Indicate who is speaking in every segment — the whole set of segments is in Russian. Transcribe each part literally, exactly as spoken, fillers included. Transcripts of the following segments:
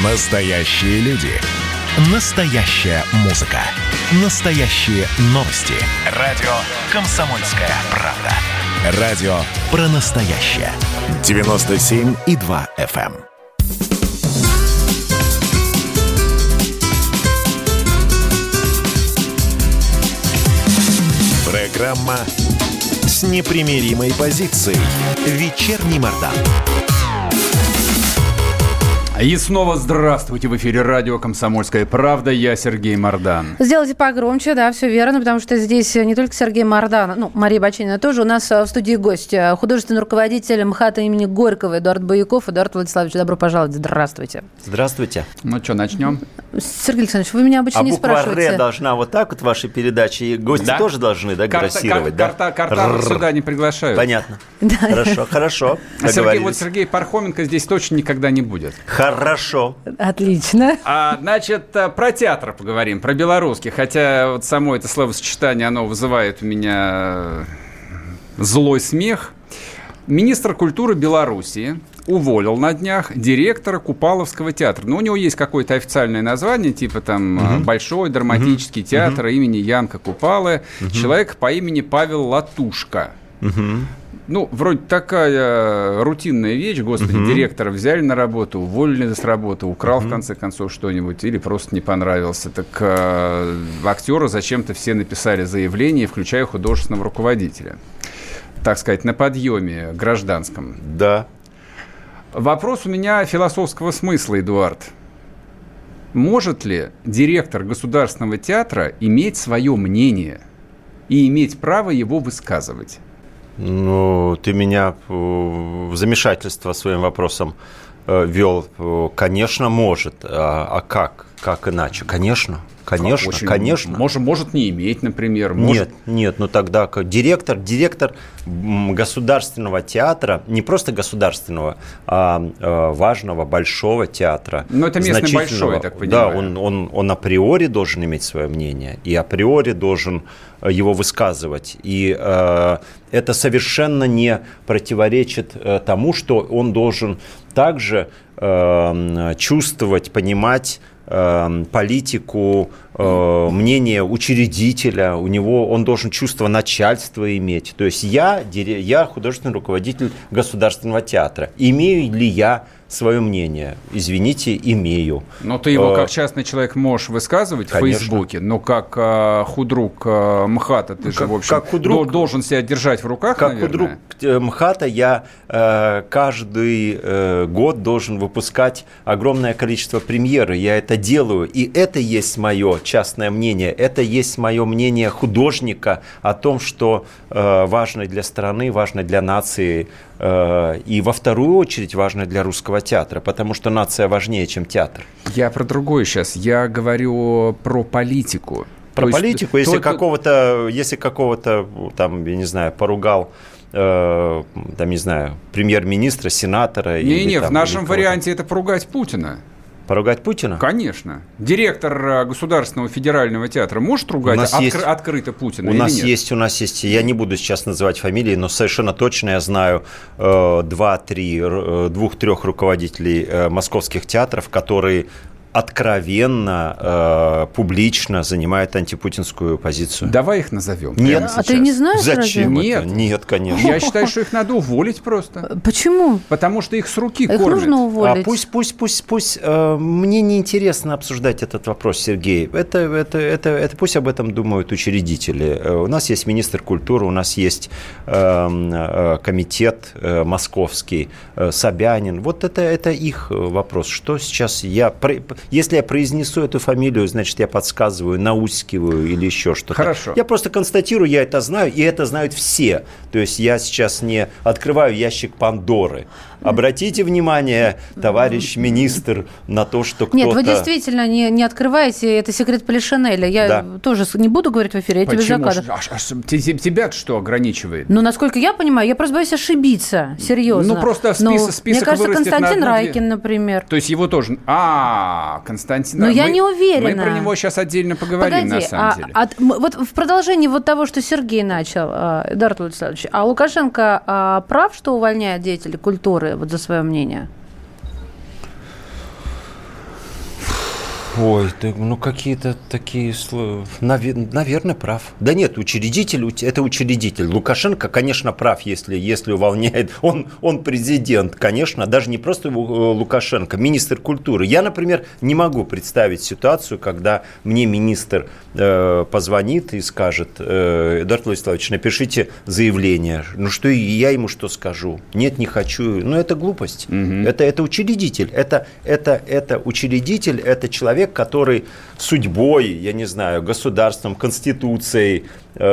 Speaker 1: Настоящие люди. Настоящая музыка. Настоящие новости. Радио «Комсомольская правда». Радио про настоящее. девяносто семь и два эф эм. Программа с непримиримой позицией. Вечерний Мардан.
Speaker 2: И снова здравствуйте. В эфире радио «Комсомольская правда». Я Сергей Мардан.
Speaker 3: Сделайте погромче, да, все верно, потому что здесь не только Сергей Мардан, ну, Мария Баченина тоже. У нас в студии гость, художественный руководитель МХАТа имени Горького Эдуард Баюков. Эдуард Владиславович, добро пожаловать. Здравствуйте.
Speaker 4: Здравствуйте.
Speaker 2: Ну что, начнем?
Speaker 3: Сергей Александрович, вы меня обычно
Speaker 4: а
Speaker 3: не спрашиваете.
Speaker 4: А буква «Р» должна вот так вот в вашей передаче. И гости да? тоже должны, да, грассировать, да?
Speaker 2: Карта, карта сюда не приглашают.
Speaker 4: Понятно.
Speaker 3: Да.
Speaker 4: Хорошо, хорошо.
Speaker 2: А Сергей, вот Сергей Пархоменко здесь точно никогда не будет.
Speaker 4: Хорошо.
Speaker 3: Отлично.
Speaker 2: А, значит, про театр поговорим, про белорусский. Хотя вот само это словосочетание, оно вызывает у меня злой смех. Министр культуры Белоруссии уволил на днях директора Купаловского театра. Ну, у него есть какое-то официальное название, типа там uh-huh. Большой драматический uh-huh. театр uh-huh. имени Янка Купалы. Uh-huh. Человек по имени Павел Латушка. Uh-huh. Ну, вроде такая рутинная вещь, господи, uh-huh. директора взяли на работу, уволили с работы, украл uh-huh. в конце концов что-нибудь или просто не понравился. Так э, актеры зачем-то все написали заявление, включая художественного руководителя. Так сказать, на подъеме гражданском.
Speaker 4: Да.
Speaker 2: Вопрос у меня философского смысла, Эдуард. Может ли директор Государственного театра иметь свое мнение и иметь право его высказывать?
Speaker 4: Ну, ты меня в замешательство своим вопросом вел. Конечно, может. А, а как? Как иначе? Конечно. Конечно,
Speaker 2: Очень,
Speaker 4: конечно.
Speaker 2: Может, может не иметь, например. Может...
Speaker 4: Нет, нет, ну тогда директор, директор государственного театра, не просто государственного, а важного, большого театра.
Speaker 2: Но это местный большой, я так понимаю.
Speaker 4: Да, он, он, он априори должен иметь свое мнение, и априори должен его высказывать. И э, это совершенно не противоречит э, тому, что он должен также э, чувствовать, понимать политику, мнение учредителя, у него он должен чувство начальства иметь. То есть я, я художественный руководитель Государственного театра. Имею ли я свое мнение? Извините, имею.
Speaker 2: Но ты его как частный человек можешь высказывать в
Speaker 4: Конечно.
Speaker 2: Фейсбуке, но как э, худрук э, МХАТа ты же,
Speaker 4: как,
Speaker 2: в общем,
Speaker 4: как худрук,
Speaker 2: должен себя держать в руках,
Speaker 4: как
Speaker 2: наверное.
Speaker 4: Худрук МХАТа я э, каждый э, год должен выпускать огромное количество премьер, я это делаю, и это есть мое частное мнение, это есть мое мнение художника о том, что э, важно для страны, важно для нации, э, и во вторую очередь важно для русского театра, потому что нация важнее, чем театр.
Speaker 2: Я про другое сейчас. Я говорю про политику.
Speaker 4: Про
Speaker 2: То
Speaker 4: политику,
Speaker 2: есть,
Speaker 4: если
Speaker 2: то,
Speaker 4: какого-то, если какого-то, там, я не знаю, поругал, э, там, не знаю, премьер-министра, сенатора.
Speaker 2: Не-не, в
Speaker 4: там,
Speaker 2: нашем варианте это поругать Путина.
Speaker 4: Поругать Путина?
Speaker 2: Конечно. Директор Государственного федерального театра может ругать откры- есть, открыто Путина
Speaker 4: у
Speaker 2: или
Speaker 4: нас
Speaker 2: нет?
Speaker 4: Есть, у нас есть, я не буду сейчас называть фамилии, но совершенно точно я знаю э, два-три, э, двух-трех руководителей э, московских театров, которые откровенно, э, публично занимает антипутинскую позицию.
Speaker 2: Давай их назовем.
Speaker 4: Нет.
Speaker 3: А ты не знаешь?
Speaker 4: Зачем
Speaker 3: разве?
Speaker 4: это?
Speaker 2: Нет.
Speaker 4: Нет, конечно.
Speaker 2: Я считаю, что их надо уволить просто.
Speaker 3: Почему?
Speaker 2: Потому что их с руки
Speaker 3: Их
Speaker 2: кормят.
Speaker 3: нужно уволить.
Speaker 4: А пусть, пусть, пусть, пусть. Э, мне неинтересно обсуждать этот вопрос, Сергей. Это, это, это, это пусть об этом думают учредители. Э, у нас есть министр культуры, у нас есть э, э, комитет э, московский, э, Собянин. Вот это, это их вопрос. Что сейчас я... Если я произнесу эту фамилию, значит, я подсказываю, наускиваю или еще что-то.
Speaker 2: Хорошо.
Speaker 4: Я просто констатирую, я это знаю, и это знают все. То есть я сейчас не открываю ящик Пандоры. Обратите внимание, товарищ министр, на то, что кто-то...
Speaker 3: Нет, вы действительно не, не открываете, это секрет Полишинеля. Я
Speaker 4: да.
Speaker 3: тоже не буду говорить в эфире, я тебе закажу.
Speaker 2: А, а, тебя что ограничивает?
Speaker 3: Ну, насколько я понимаю, я просто боюсь ошибиться, серьезно.
Speaker 2: Ну, просто список,
Speaker 3: ну,
Speaker 2: список
Speaker 3: мне кажется,
Speaker 2: вырастет
Speaker 3: Константин
Speaker 2: на
Speaker 3: Райкин, например.
Speaker 2: То есть его тоже... А, Константин...
Speaker 3: Но
Speaker 2: мы,
Speaker 3: я не уверена.
Speaker 2: Мы про него сейчас отдельно поговорим,
Speaker 3: Погоди,
Speaker 2: на самом
Speaker 3: а,
Speaker 2: деле.
Speaker 3: А, вот в продолжении вот того, что Сергей начал, Эдуард Владиславович, а Лукашенко а, прав, что увольняет деятелей культуры вот за свое мнение?
Speaker 4: Ой, ты, ну какие-то такие слова. Навер, наверное, прав. Да нет, учредитель, это учредитель. Лукашенко, конечно, прав, если, если увольняет. Он, он президент, конечно, даже не просто Лукашенко, министр культуры. Я, например, не могу представить ситуацию, когда мне министр э, позвонит и скажет: э, Эдуард Владиславович, напишите заявление. Ну что, я ему что скажу? Нет, не хочу. Ну это глупость. Угу. Это, это учредитель. Это, это, это учредитель, это человек, который судьбой, я не знаю, государством, конституцией,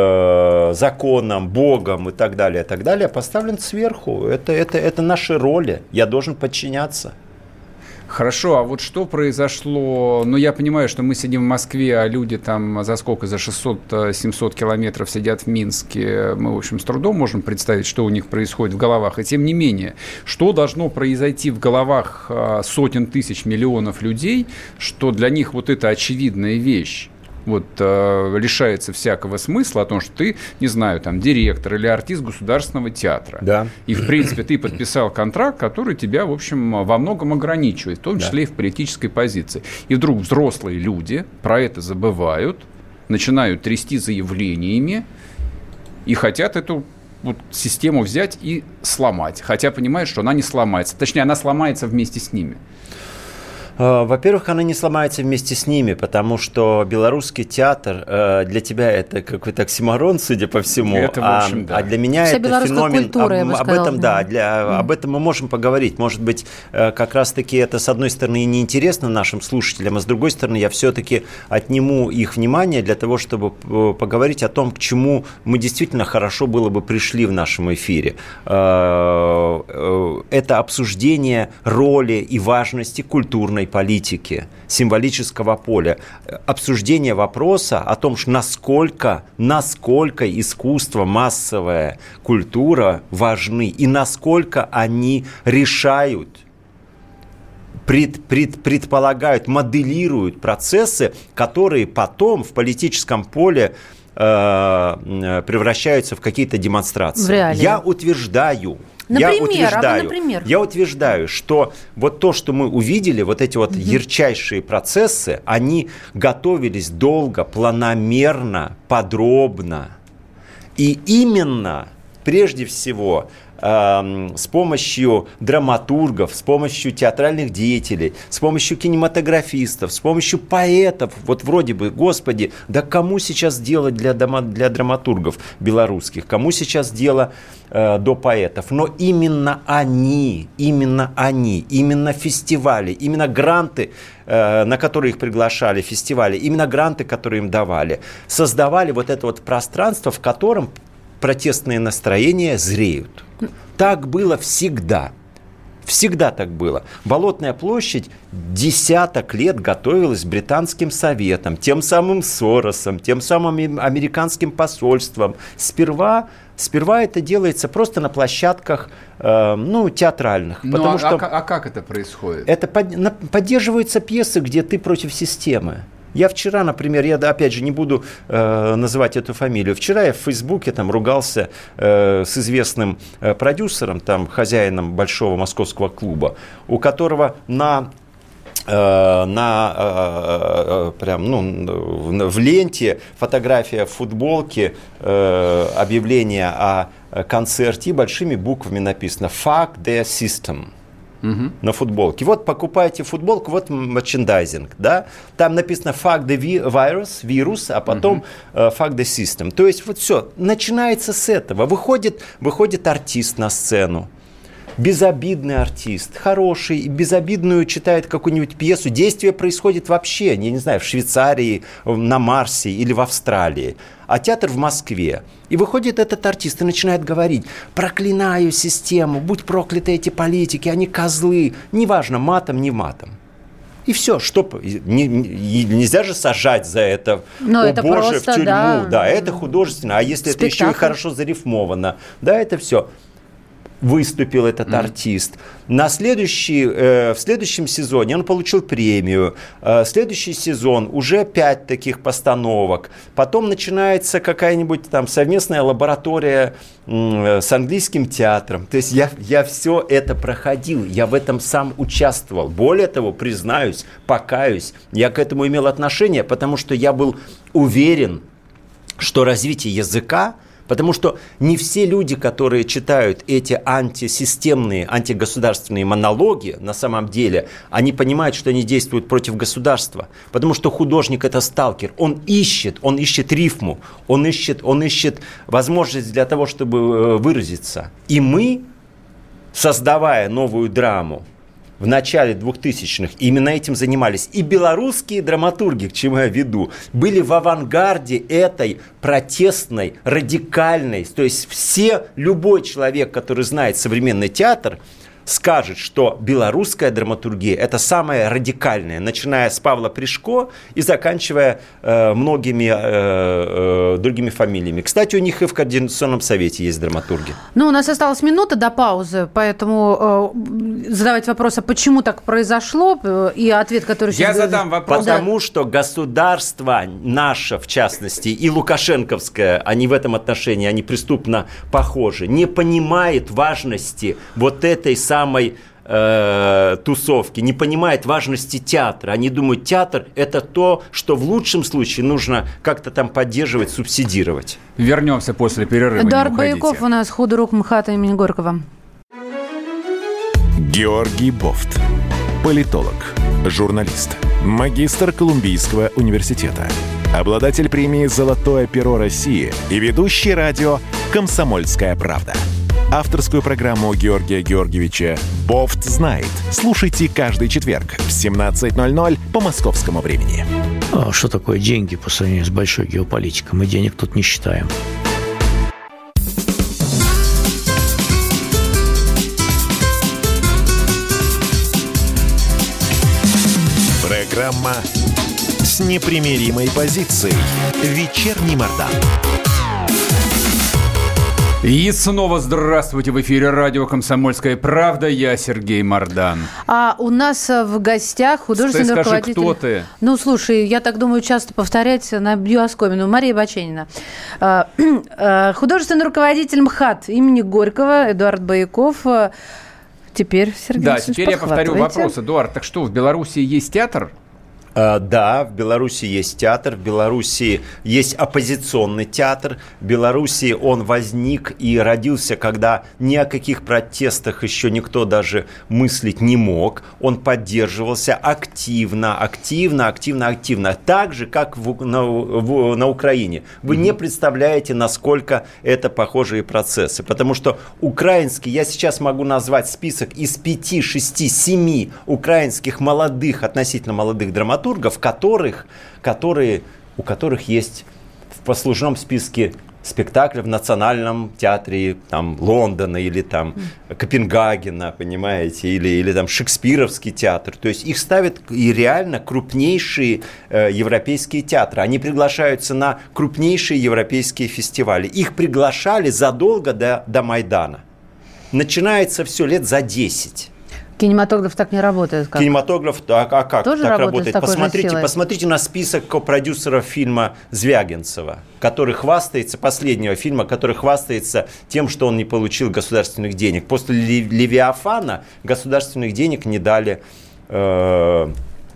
Speaker 4: э, законом, Богом и так далее, и так далее, поставлен сверху. Это, это, это наши роли. Я должен подчиняться.
Speaker 2: Хорошо, а вот что произошло? Ну, я понимаю, что мы сидим в Москве, а люди там за сколько? За шестьсот-семьсот километров сидят в Минске. Мы, в общем, с трудом можем представить, что у них происходит в головах. И тем не менее, что должно произойти в головах сотен тысяч, миллионов людей, что для них вот эта очевидная вещь вот, э, лишается всякого смысла о том, что ты, не знаю, там, директор или артист государственного театра.
Speaker 4: Да.
Speaker 2: И, в принципе, ты подписал контракт, который тебя, в общем, во многом ограничивает, в том числе да. и в политической позиции. И вдруг взрослые люди про это забывают, начинают трясти заявлениями и хотят эту вот систему взять и сломать. Хотя понимают, что она не сломается. Точнее, она сломается вместе с ними.
Speaker 4: Во-первых, она не сломается вместе с ними, потому что белорусский театр для тебя это какой-то оксиморон, судя по всему, это, в общем, а, да. а для меня Вся это феномен.
Speaker 3: Культура,
Speaker 4: об, об этом, да, для, mm. об этом мы можем поговорить. Может быть, как раз-таки это, с одной стороны, неинтересно нашим слушателям, а с другой стороны, я все-таки отниму их внимание для того, чтобы поговорить о том, к чему мы действительно хорошо было бы пришли в нашем эфире. Это обсуждение роли и важности культурной политики, символического поля, обсуждение вопроса о том, насколько, насколько искусство, массовая культура важны и насколько они решают, пред, пред, предполагают, моделируют процессы, которые потом в политическом поле э, превращаются в какие-то демонстрации. Я утверждаю,
Speaker 3: Например,
Speaker 4: я утверждаю,
Speaker 3: а вы, например?
Speaker 4: я утверждаю, что вот то, что мы увидели, вот эти вот угу. ярчайшие процессы, они готовились долго, планомерно, подробно. И именно, прежде всего, э, с помощью драматургов, с помощью театральных деятелей, с помощью кинематографистов, с помощью поэтов, вот вроде бы, господи, да кому сейчас дело для, дома, для драматургов белорусских, кому сейчас дело э, до поэтов, но именно они, именно они, именно фестивали, именно гранты, э, на которые их приглашали, фестивали, именно гранты, которые им давали, создавали вот это вот пространство, в котором протестные настроения зреют. Так было всегда. Всегда так было. Болотная площадь десяток лет готовилась Британским советом, тем самым Соросом, тем самым американским посольством. Сперва, сперва это делается просто на площадках э, ну, театральных.
Speaker 2: Ну,
Speaker 4: потому
Speaker 2: а,
Speaker 4: что
Speaker 2: а, а как это происходит?
Speaker 4: Это под, на, поддерживаются пьесы, где ты против системы. Я вчера, например, я опять же не буду э, называть эту фамилию. Вчера я в Фейсбуке там ругался э, с известным э, продюсером, там, хозяином большого московского клуба, у которого на э, на э, прям, ну, в ленте фотография в футболке, э, объявление о концерте, и большими буквами написано «Fuck the system». Угу. На футболке. Вот покупаете футболку, вот мерчендайзинг, да? Там написано fuck the virus, вирус, а потом угу. uh, fuck the system. То есть вот все, начинается с этого. Выходит, выходит артист на сцену. Безобидный артист, хороший, безобидную читает какую-нибудь пьесу. Действие происходит вообще, я не знаю, в Швейцарии, на Марсе или в Австралии. А театр в Москве. И выходит этот артист и начинает говорить: проклинаю систему, будь прокляты эти политики, они козлы. Неважно, матом, не матом. И все, что не, не, нельзя же сажать за это,
Speaker 3: но
Speaker 4: о
Speaker 3: это
Speaker 4: боже,
Speaker 3: просто,
Speaker 4: в тюрьму.
Speaker 3: Да,
Speaker 4: да, это художественно. А если Спектакль. Это еще и хорошо зарифмовано, да, это все. выступил этот mm-hmm. артист. На следующий, э, в следующем сезоне он получил премию. Э, следующий сезон уже пять таких постановок. Потом начинается какая-нибудь там совместная лаборатория э, с английским театром. То есть я, я все это проходил, я в этом сам участвовал. Более того, признаюсь, покаюсь, я к этому имел отношение, потому что я был уверен, что развитие языка, потому что не все люди, которые читают эти антисистемные, антигосударственные монологи, на самом деле, они понимают, что они действуют против государства. Потому что художник – это сталкер. Он ищет, он ищет рифму, он ищет, он ищет возможность для того, чтобы выразиться. И мы, создавая новую драму, в начале двухтысячных именно этим занимались. И белорусские драматурги, к чему я веду, были в авангарде этой протестной, радикальной. То есть все, любой человек, который знает современный театр, скажет, что белорусская драматургия – это самая радикальная, начиная с Павла Пришко и заканчивая э, многими э, э, другими фамилиями. Кстати, у них и в Координационном совете есть драматурги.
Speaker 3: Ну, у нас осталась минута до паузы, поэтому э, задавать вопрос, а почему так произошло, и ответ, который...
Speaker 2: Я задам вопрос.
Speaker 4: Потому да. что государство наше, в частности, и лукашенковское, они в этом отношении, они преступно похожи, не понимает важности вот этой самой самой э, тусовки, не понимает важности театра. Они думают, театр – это то, что в лучшем случае нужно как-то там поддерживать, субсидировать.
Speaker 2: Вернемся после перерыва.
Speaker 3: Эдуард Бояков у нас, худрук МХАТа имени Горького.
Speaker 1: Георгий Бофт. Политолог, журналист, магистр Колумбийского университета, обладатель премии «Золотое перо России» и ведущий радио «Комсомольская правда». Авторскую программу Георгия Георгиевича «Бофт знает». Слушайте каждый четверг в семнадцать ноль ноль по московскому времени.
Speaker 5: А что такое деньги по сравнению с большой геополитикой? Мы денег тут не считаем.
Speaker 1: Программа с непримиримой позицией. Вечерний Мордан.
Speaker 2: И снова здравствуйте. В эфире радио «Комсомольская правда». Я Сергей Мордан.
Speaker 3: А у нас в гостях художественный
Speaker 2: Скажи,
Speaker 3: руководитель...
Speaker 2: кто ты?
Speaker 3: Ну, слушай, я так думаю, часто повторять на биоскомину. Мария Баченина. Художественный руководитель МХАТ имени Горького Эдуард Бояков. Теперь, Сергей
Speaker 2: Да, теперь я повторю вопрос. Эдуард, так что, в Беларуси есть театр?
Speaker 4: Да, в Беларуси есть театр, в Беларуси есть оппозиционный театр. В Беларуси он возник и родился, когда ни о каких протестах еще никто даже мыслить не мог. Он поддерживался активно, активно, активно, активно. Так же, как в, на, в, на Украине. Вы mm-hmm. не представляете, насколько это похожие процессы. Потому что украинский, я сейчас могу назвать список из пяти, шести, семи украинских молодых, относительно молодых драматургов, которых, которые, у которых есть в послужном списке спектакли в Национальном театре там, Лондона или там, Копенгагена, понимаете, или, или там Шекспировский театр. То есть их ставят и реально крупнейшие э, европейские театры. Они приглашаются на крупнейшие европейские фестивали. Их приглашали задолго до, до Майдана. Начинается все лет за десять.
Speaker 3: Кинематограф так не работает. Как?
Speaker 4: Кинематограф, а, а как
Speaker 3: Тоже
Speaker 4: так
Speaker 3: работает?
Speaker 4: работает? Посмотрите, посмотрите на список продюсеров фильма Звягинцева, который хвастается, последнего фильма, который хвастается тем, что он не получил государственных денег. После «Левиафана» государственных денег не дали, э,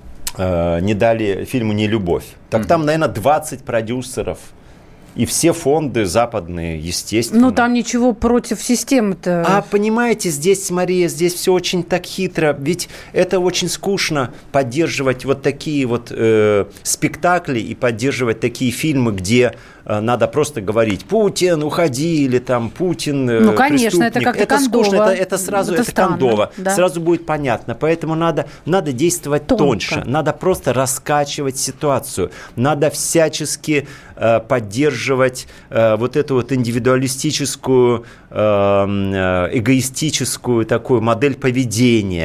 Speaker 4: э, не дали фильму «Нелюбовь». Так mm-hmm. там, наверное, двадцать продюсеров. И все фонды западные, естественно.
Speaker 3: Ну, там ничего против системы-то.
Speaker 4: А понимаете, здесь, Мария, здесь все очень так хитро. Ведь это очень скучно поддерживать вот такие вот э, спектакли и поддерживать такие фильмы, где э, надо просто говорить: Путин, уходи, или там Путин э,
Speaker 3: Ну, конечно,
Speaker 4: преступник.
Speaker 3: это как-то
Speaker 4: Это
Speaker 3: кондово.
Speaker 4: скучно, это, это сразу это, это кондово.
Speaker 3: Да.
Speaker 4: Сразу будет понятно. Поэтому надо, надо действовать
Speaker 3: Тонко.
Speaker 4: тоньше. Надо просто раскачивать ситуацию. Надо всячески э, поддерживать э, вот эту вот индивидуалистическую, э, эгоистическую такую модель поведения.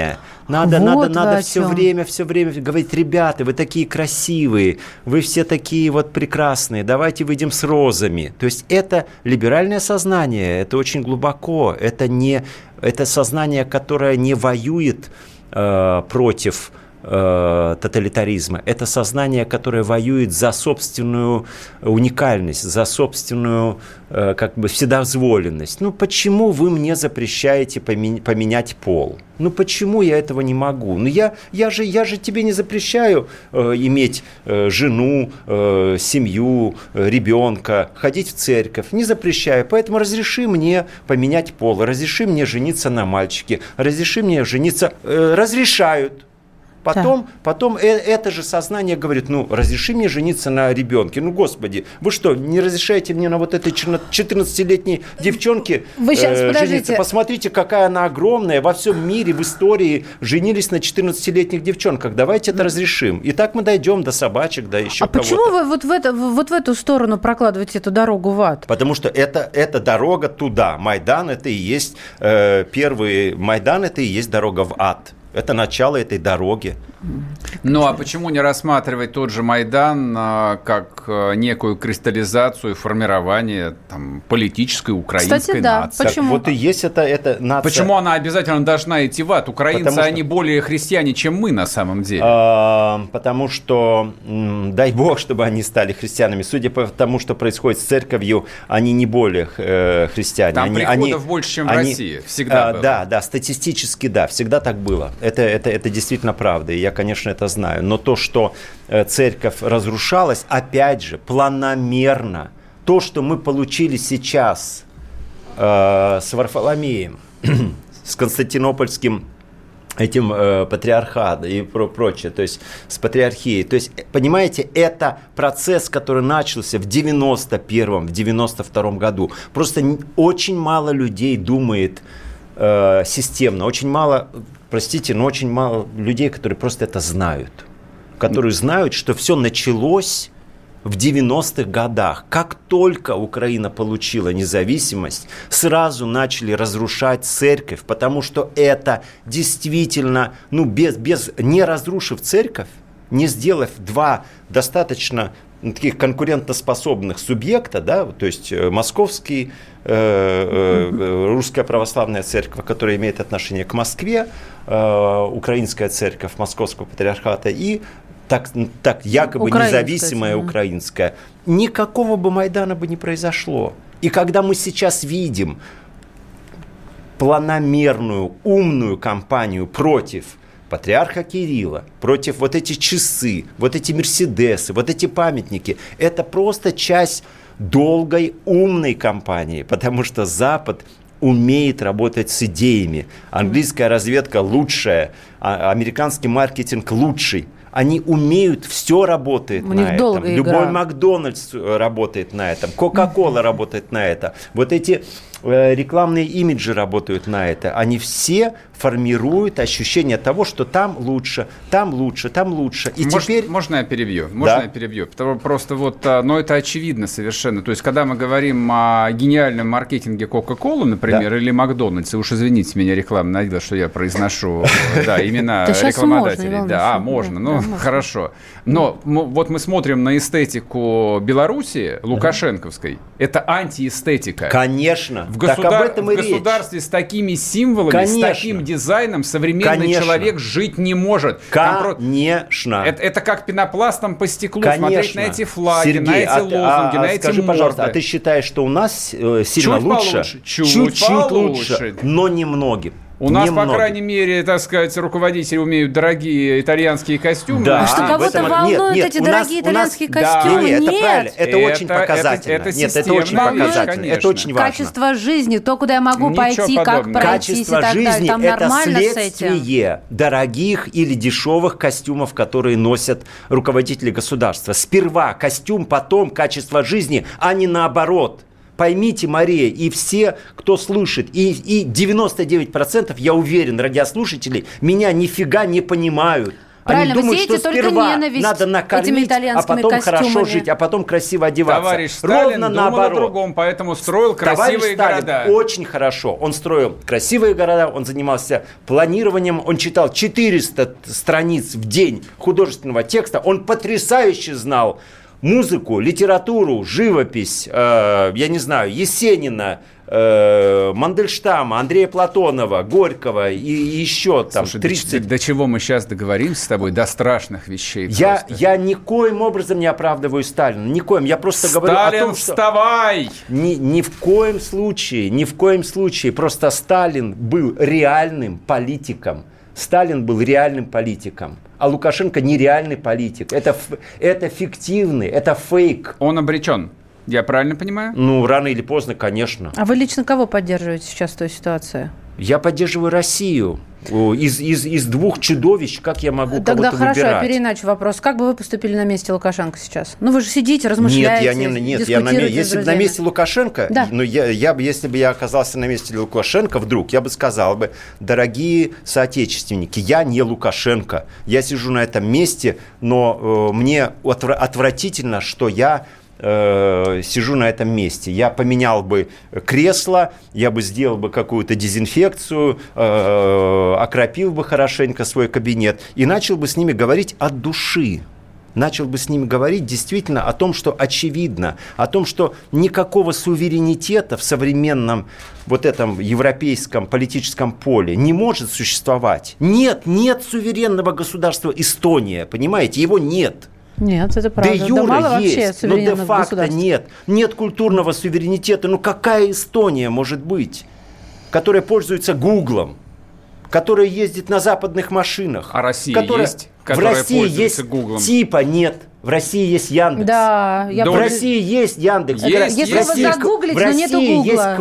Speaker 4: Надо,
Speaker 3: Вот
Speaker 4: надо,
Speaker 3: вы
Speaker 4: надо
Speaker 3: о
Speaker 4: все
Speaker 3: чем.
Speaker 4: время, все время говорить: ребята, вы такие красивые, вы все такие вот прекрасные, давайте выйдем с розами. То есть это либеральное сознание, это очень глубоко, это, не, это сознание, которое не воюет э, против тоталитаризма. Это сознание, которое воюет за собственную уникальность, за собственную как бы вседозволенность. Ну, почему вы мне запрещаете поменять пол? Ну, почему я этого не могу? Ну, я, я, же, я же тебе не запрещаю э, иметь э, жену, э, семью, э, ребенка, ходить в церковь. Не запрещаю. Поэтому разреши мне поменять пол, разреши мне жениться на мальчике, разреши мне жениться... Э, разрешают. Потом, да. потом это же сознание говорит: ну, разреши мне жениться на ребенке. Ну, господи, вы что, не разрешаете мне на вот этой четырнадцатилетней девчонке
Speaker 3: вы сейчас,
Speaker 4: э,
Speaker 3: подождите.
Speaker 4: жениться? Посмотрите, какая она огромная. Во всем мире, в истории женились на четырнадцатилетних девчонках. Давайте это разрешим. И так мы дойдем до собачек, до еще
Speaker 3: а
Speaker 4: кого-то.
Speaker 3: Почему вы вот в, это, вот в эту сторону прокладываете эту дорогу в ад?
Speaker 4: Потому что это, это дорога туда. Майдан – это и есть э, первый... Майдан – это и есть дорога в ад. Это начало этой дороги.
Speaker 2: Ну, а почему не рассматривать тот же Майдан а, как а, некую кристаллизацию и формирование там, политической украинской
Speaker 3: Кстати, да.
Speaker 2: нации?
Speaker 3: Почему?
Speaker 4: Так, вот и есть это, это нация.
Speaker 2: Почему она обязательно должна идти в ад? Украинцы,
Speaker 4: Потому что...
Speaker 2: они более христиане, чем мы на самом деле.
Speaker 4: А, потому что, м, дай бог, чтобы они стали христианами. Судя по тому, что происходит с церковью, они не более э, христиане.
Speaker 2: Там
Speaker 4: они,
Speaker 2: приходов
Speaker 4: они,
Speaker 2: больше, чем
Speaker 4: они,
Speaker 2: в России. Всегда
Speaker 4: а,
Speaker 2: было.
Speaker 4: Да, да, статистически, да, всегда так было. Это, это, это действительно правда, и я, конечно, это знаю. Но то, что э, церковь разрушалась, опять же, планомерно. То, что мы получили сейчас э, с Варфоломеем, с Константинопольским этим э, патриархатом и про- прочее, то есть с патриархией. То есть, понимаете, это процесс, который начался в девяносто первом, в девяносто втором году. Просто очень мало людей думает э, системно, очень мало... Простите, но очень мало людей, которые просто это знают. Которые знают, что все началось в девяностых годах. Как только Украина получила независимость, сразу начали разрушать церковь, потому что это действительно, ну, без, без, не разрушив церковь, не сделав два достаточно таких конкурентоспособных субъекта, да, то есть московский, э, э, русская православная церковь, которая имеет отношение к Москве, э, украинская церковь московского патриархата и так, так якобы
Speaker 3: украинская,
Speaker 4: независимая
Speaker 3: да.
Speaker 4: украинская, никакого бы Майдана бы не произошло. И когда мы сейчас видим планомерную, умную кампанию против патриарха Кирилла, против вот эти часы, вот эти мерседесы, вот эти памятники, это просто часть долгой, умной кампании, потому что Запад умеет работать с идеями. Английская разведка лучшая, а американский маркетинг лучший. Они умеют, все работает
Speaker 3: У
Speaker 4: на этом.
Speaker 3: игра.
Speaker 4: Любой Макдональдс работает на этом, Кока-Кола работает на это. Вот эти э, рекламные имиджи работают на это. Они все формируют ощущение того, что там лучше, там лучше, там лучше. И
Speaker 2: Может,
Speaker 4: теперь...
Speaker 2: Можно я перебью? Можно
Speaker 4: Да.
Speaker 2: я перебью? Потому просто вот, но это очевидно совершенно. То есть, когда мы говорим о гениальном маркетинге Кока-Колы, например,
Speaker 4: Да.
Speaker 2: или Макдональдса, уж извините меня, реклама надела, что я произношу да, имена
Speaker 3: Да щас
Speaker 2: рекламодателей.
Speaker 3: можно,
Speaker 2: Да, а,
Speaker 3: Иван
Speaker 2: можно,
Speaker 3: Ильич,
Speaker 2: ну,
Speaker 3: да, можно.
Speaker 2: хорошо. Но вот мы смотрим на эстетику Белоруссии, лукашенковской. Это антиэстетика.
Speaker 4: Конечно.
Speaker 2: В,
Speaker 4: Так
Speaker 2: государ...
Speaker 4: об этом и
Speaker 2: в
Speaker 4: речь.
Speaker 2: государстве с такими символами,
Speaker 4: Конечно.
Speaker 2: с таким дизайном современный
Speaker 4: Конечно.
Speaker 2: человек жить не может. Там про-
Speaker 4: Конечно.
Speaker 2: Это, это как пенопластом по стеклу
Speaker 4: Конечно.
Speaker 2: смотреть на эти флаги,
Speaker 4: Сергей,
Speaker 2: на эти
Speaker 4: а ты-
Speaker 2: лозунги,
Speaker 4: а- а
Speaker 2: на эти
Speaker 4: скажи,
Speaker 2: морды.
Speaker 4: пожалуйста, а ты считаешь, что у нас э, сильно
Speaker 2: Чуть
Speaker 4: лучше?
Speaker 2: получше. Чуть
Speaker 4: Чуть-чуть
Speaker 2: получше.
Speaker 4: лучше, но немногим.
Speaker 2: У нас,
Speaker 4: Немногим.
Speaker 2: по крайней мере, так сказать, руководители умеют дорогие итальянские костюмы.
Speaker 4: Да.
Speaker 2: носить.
Speaker 3: Что
Speaker 4: А, в
Speaker 3: кого-то
Speaker 4: этом-
Speaker 3: волнуют
Speaker 4: нет, нет,
Speaker 3: эти
Speaker 4: у нас-
Speaker 3: дорогие
Speaker 4: у нас-
Speaker 3: итальянские
Speaker 2: да.
Speaker 3: костюмы?
Speaker 4: Не, не, это
Speaker 3: Нет.
Speaker 4: правильно, это,
Speaker 2: Это-
Speaker 4: очень
Speaker 2: это-
Speaker 4: показательно.
Speaker 2: это
Speaker 4: Нет, это очень
Speaker 2: системная вещь,
Speaker 4: показательно,
Speaker 2: конечно.
Speaker 4: это очень важно.
Speaker 3: Качество жизни, то, куда я могу
Speaker 2: Ничего
Speaker 3: пойти, как
Speaker 2: подобного.
Speaker 3: пройтись и
Speaker 4: Качество
Speaker 3: так далее.
Speaker 4: жизни –
Speaker 3: Там
Speaker 4: это
Speaker 3: нормально с этим.
Speaker 4: следствие дорогих или дешевых костюмов, которые носят руководители государства. Сперва костюм, потом качество жизни, а не наоборот. Поймите, Мария, и все, кто слышит, и, и девяносто девять процентов, я уверен, радиослушателей, меня нифига не понимают.
Speaker 3: Правильно,
Speaker 4: Они думают,
Speaker 3: вы сеете
Speaker 4: что
Speaker 3: только
Speaker 4: сперва
Speaker 3: ненависть
Speaker 4: надо
Speaker 3: этими
Speaker 4: накормить, а
Speaker 3: итальянскими
Speaker 4: потом хорошо
Speaker 3: костюмами.
Speaker 4: жить, а потом красиво одеваться.
Speaker 2: Товарищ Сталин
Speaker 4: Ровно
Speaker 2: думал
Speaker 4: наоборот.
Speaker 2: о другом, поэтому строил
Speaker 4: Товарищ
Speaker 2: красивые
Speaker 4: Сталин
Speaker 2: города.
Speaker 4: очень хорошо. Он строил красивые города, он занимался планированием, он читал четыреста страниц в день художественного текста, он потрясающе знал музыку, литературу, живопись, э, я не знаю, Есенина, э, Мандельштама, Андрея Платонова, Горького и, и еще там
Speaker 2: Слушай,
Speaker 4: тридцать...
Speaker 2: до, до чего мы сейчас договоримся с тобой? До страшных вещей.
Speaker 4: Я,
Speaker 2: просто.
Speaker 4: я никоим образом не оправдываю Сталина, никоим. Я просто говорю о
Speaker 2: Сталин,
Speaker 4: том, что...
Speaker 2: вставай!
Speaker 4: Ни, ни в коем случае, ни в коем случае. Просто Сталин был реальным политиком. Сталин был реальным политиком. А Лукашенко нереальный политик. Это, это фиктивный, это фейк.
Speaker 2: Он обречен. Я правильно понимаю?
Speaker 4: Ну, рано или поздно, конечно.
Speaker 3: А вы лично кого поддерживаете сейчас в той ситуации?
Speaker 4: Я поддерживаю Россию. Из, из, из двух чудовищ, как я могу
Speaker 3: Тогда
Speaker 4: кого-то
Speaker 3: хорошо,
Speaker 4: выбирать?
Speaker 3: я переиначу вопрос. Как бы вы поступили на месте Лукашенко сейчас? Ну, вы же сидите, размышляете,
Speaker 4: Нет, я не, нет, я на, если бы на месте Лукашенко,
Speaker 3: да.
Speaker 4: ну, я, я, если бы я оказался на месте Лукашенко вдруг, я бы сказал бы, дорогие соотечественники, я не Лукашенко, я сижу на этом месте, но э, мне отвра- отвратительно, что я э, сижу на этом месте. Я поменял бы кресло, я бы сделал бы какую-то дезинфекцию, э, окропил бы хорошенько свой кабинет и начал бы с ними говорить от души. Начал бы с ними говорить действительно о том, что очевидно, о том, что никакого суверенитета в современном вот этом европейском политическом поле не может существовать. Нет, нет суверенного государства Эстония, понимаете, его нет.
Speaker 3: Нет, это правда.
Speaker 4: Де юре
Speaker 3: да мало
Speaker 4: есть,
Speaker 3: вообще
Speaker 4: но де
Speaker 3: суверенных
Speaker 4: факто
Speaker 3: государств.
Speaker 4: нет. Нет культурного суверенитета. Ну какая Эстония может быть, которая пользуется Гуглом, которая ездит на западных машинах?
Speaker 2: А Россия
Speaker 4: которая...
Speaker 2: есть, которая
Speaker 4: в России
Speaker 2: пользуется
Speaker 4: есть
Speaker 2: Гуглом?
Speaker 4: Типа нет. В России есть Яндекс.
Speaker 3: Да, я
Speaker 2: Да
Speaker 4: В
Speaker 2: он-
Speaker 4: России есть Яндекс.
Speaker 2: Есть,
Speaker 3: Если
Speaker 2: есть,
Speaker 3: его
Speaker 2: есть.
Speaker 3: загуглить,
Speaker 4: в
Speaker 3: но
Speaker 4: России
Speaker 3: нету Гугла.
Speaker 4: есть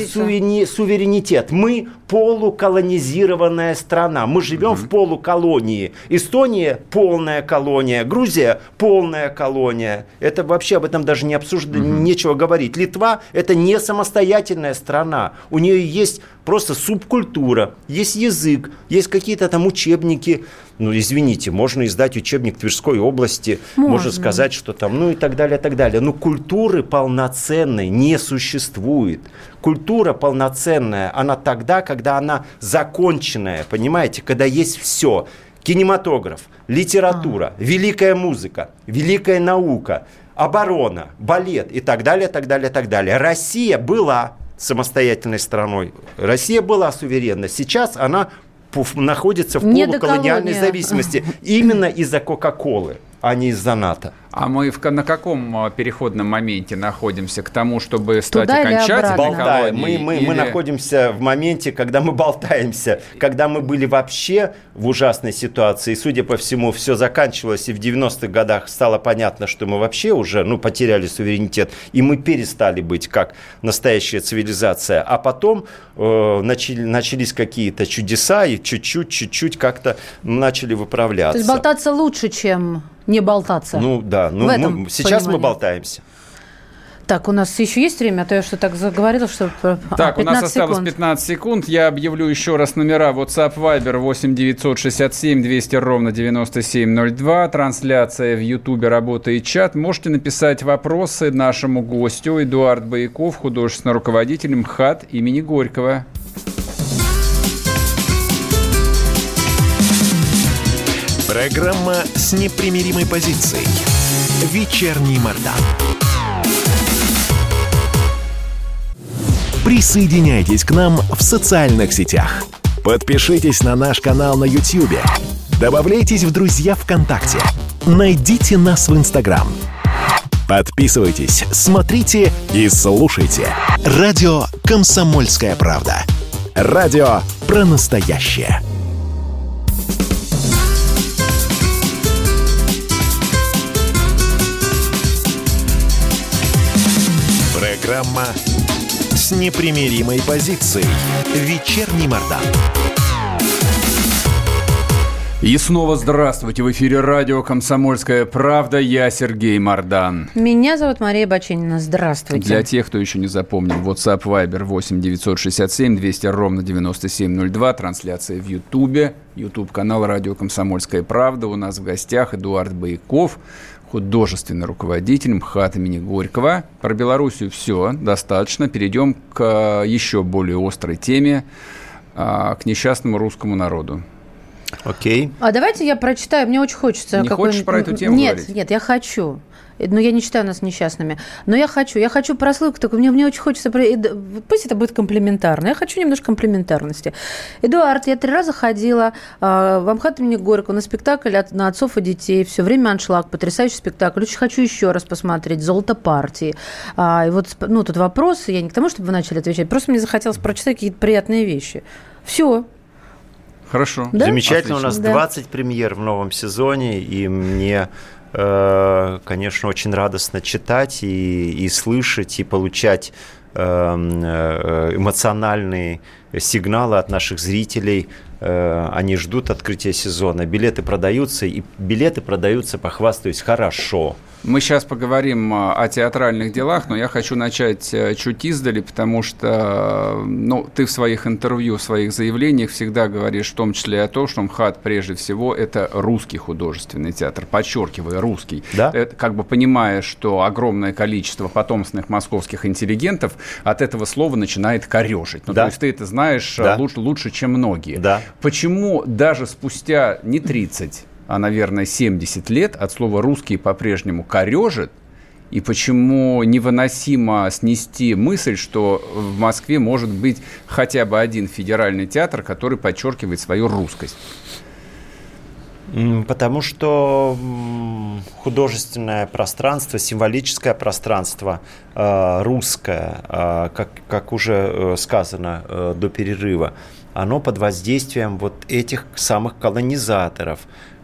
Speaker 4: квази-суверенитет. Мы полуколонизированная страна. Мы живем в полуколонии. Эстония – полная колония. Грузия – полная колония. Это вообще об этом даже не обсуждать, нечего говорить. Литва – это не самостоятельная страна. У нее есть просто субкультура, есть язык, есть какие-то там учебники. Ну, извините, можно издать учебник Тверской области, можно, можно сказать, что там, ну и так далее, так далее. Но культуры полноценной не существует. Культура полноценная, она тогда, когда она законченная, понимаете, когда есть все. Кинематограф, литература, а. великая музыка, великая наука, оборона, балет и так далее, так далее, так далее. Россия была самостоятельной страной, Россия была суверенна. Сейчас она находится в полуколониальной зависимости именно из-за Кока-Колы, а не из-за НАТО.
Speaker 2: А мы в, на каком переходном моменте находимся к тому, чтобы стать
Speaker 3: Туда или
Speaker 2: окончательной
Speaker 3: обратно?
Speaker 4: Болтаем.
Speaker 2: колонией?
Speaker 4: Мы, мы,
Speaker 2: или...
Speaker 4: мы находимся в моменте, когда мы болтаемся, когда мы были вообще в ужасной ситуации. И, судя по всему, все заканчивалось, и в девяностых годах стало понятно, что мы вообще уже ну, потеряли суверенитет, и мы перестали быть как настоящая цивилизация. А потом э, начали, начались какие-то чудеса, и чуть-чуть, чуть-чуть как-то начали выправляться.
Speaker 3: То есть болтаться лучше, чем не болтаться.
Speaker 4: Ну да, ну, мы, сейчас понимании. Мы болтаемся.
Speaker 3: Так, у нас еще есть время, а то я что так заговорила, что
Speaker 2: Так,
Speaker 3: а,
Speaker 2: у нас осталось
Speaker 3: секунд.
Speaker 2: пятнадцать секунд. Я объявлю еще раз номера. WhatsApp, Viber восемь девятьсот шестьдесят семь двести ровно девяносто семь ноль два. Трансляция в Ютубе, работает чат. Можете написать вопросы нашему гостю. Эдуард Бояков, художественный руководитель МХАТ имени Горького.
Speaker 1: Программа с непримиримой позицией. Вечерний Мордан. Присоединяйтесь к нам в социальных сетях. Подпишитесь на наш канал на Ютьюбе. Добавляйтесь в друзья ВКонтакте. Найдите нас в Инстаграм. Подписывайтесь, смотрите и слушайте. Радио «Комсомольская правда». Радио про настоящее. Программа с непримиримой позицией. Вечерний Мордан.
Speaker 2: И снова здравствуйте. В эфире радио «Комсомольская правда». Я Сергей Мордан.
Speaker 3: Меня зовут Мария Баченина. Здравствуйте.
Speaker 2: Для тех, кто еще не запомнил, WhatsApp, Viber восемь девятьсот шестьдесят семь двести ровно девяносто семь ноль два. Трансляция в Ютубе. Ютуб-канал радио «Комсомольская правда». У нас в гостях Эдуард Бояков, художественный руководитель МХАТ имени Горького. Про Белоруссию все, достаточно. Перейдем к еще более острой теме, к несчастному русскому народу.
Speaker 4: Окей.
Speaker 3: А давайте я прочитаю, мне очень хочется.
Speaker 2: Не хочешь про эту тему
Speaker 3: Нет,
Speaker 2: говорить?
Speaker 3: нет, я хочу. Но я не считаю нас несчастными. Но я хочу. Я хочу прослойку такую. Мне, мне очень хочется... Пусть это будет комплиментарно. Я хочу немножко комплиментарности. Эдуард, я три раза ходила э, в МХАТ имени Горького на спектакль от, на отцов и детей. Все время аншлаг. Потрясающий спектакль. Очень хочу еще раз посмотреть. «Золото партии». А, и вот, ну, тут вопрос. Я не к тому, чтобы вы начали отвечать. Просто мне захотелось прочитать какие-то приятные вещи. Все.
Speaker 2: Хорошо.
Speaker 3: Да?
Speaker 4: Замечательно.
Speaker 2: Отлично.
Speaker 4: У нас
Speaker 3: Да.
Speaker 4: двадцать премьер в новом сезоне, и мне, э, конечно, очень радостно читать и, и слышать, и получать э, э, эмоциональные сигналы от наших зрителей. Э, они ждут открытия сезона. Билеты продаются, и билеты продаются, похвастаюсь, хорошо.
Speaker 2: Мы сейчас поговорим о театральных делах, но я хочу начать чуть издали, потому что ну, ты в своих интервью, в своих заявлениях всегда говоришь в том числе о том, что МХАТ прежде всего это русский художественный театр, подчеркивая русский.
Speaker 4: Да?
Speaker 2: Это, как бы понимая, что огромное количество потомственных московских интеллигентов от этого слова начинает корежить. Ну,
Speaker 4: Да.
Speaker 2: то есть ты это знаешь
Speaker 4: Да.
Speaker 2: лучше, лучше, чем многие.
Speaker 4: Да.
Speaker 2: Почему даже спустя не тридцать, а, наверное, семьдесят лет от слова «русский» по-прежнему корежит, и почему невыносимо снести мысль, что в Москве может быть хотя бы один федеральный театр, который подчеркивает свою русскость?
Speaker 4: Потому что художественное пространство, символическое пространство э, русское, э, как, как уже сказано э, до перерыва, оно под воздействием вот этих самых колонизаторов.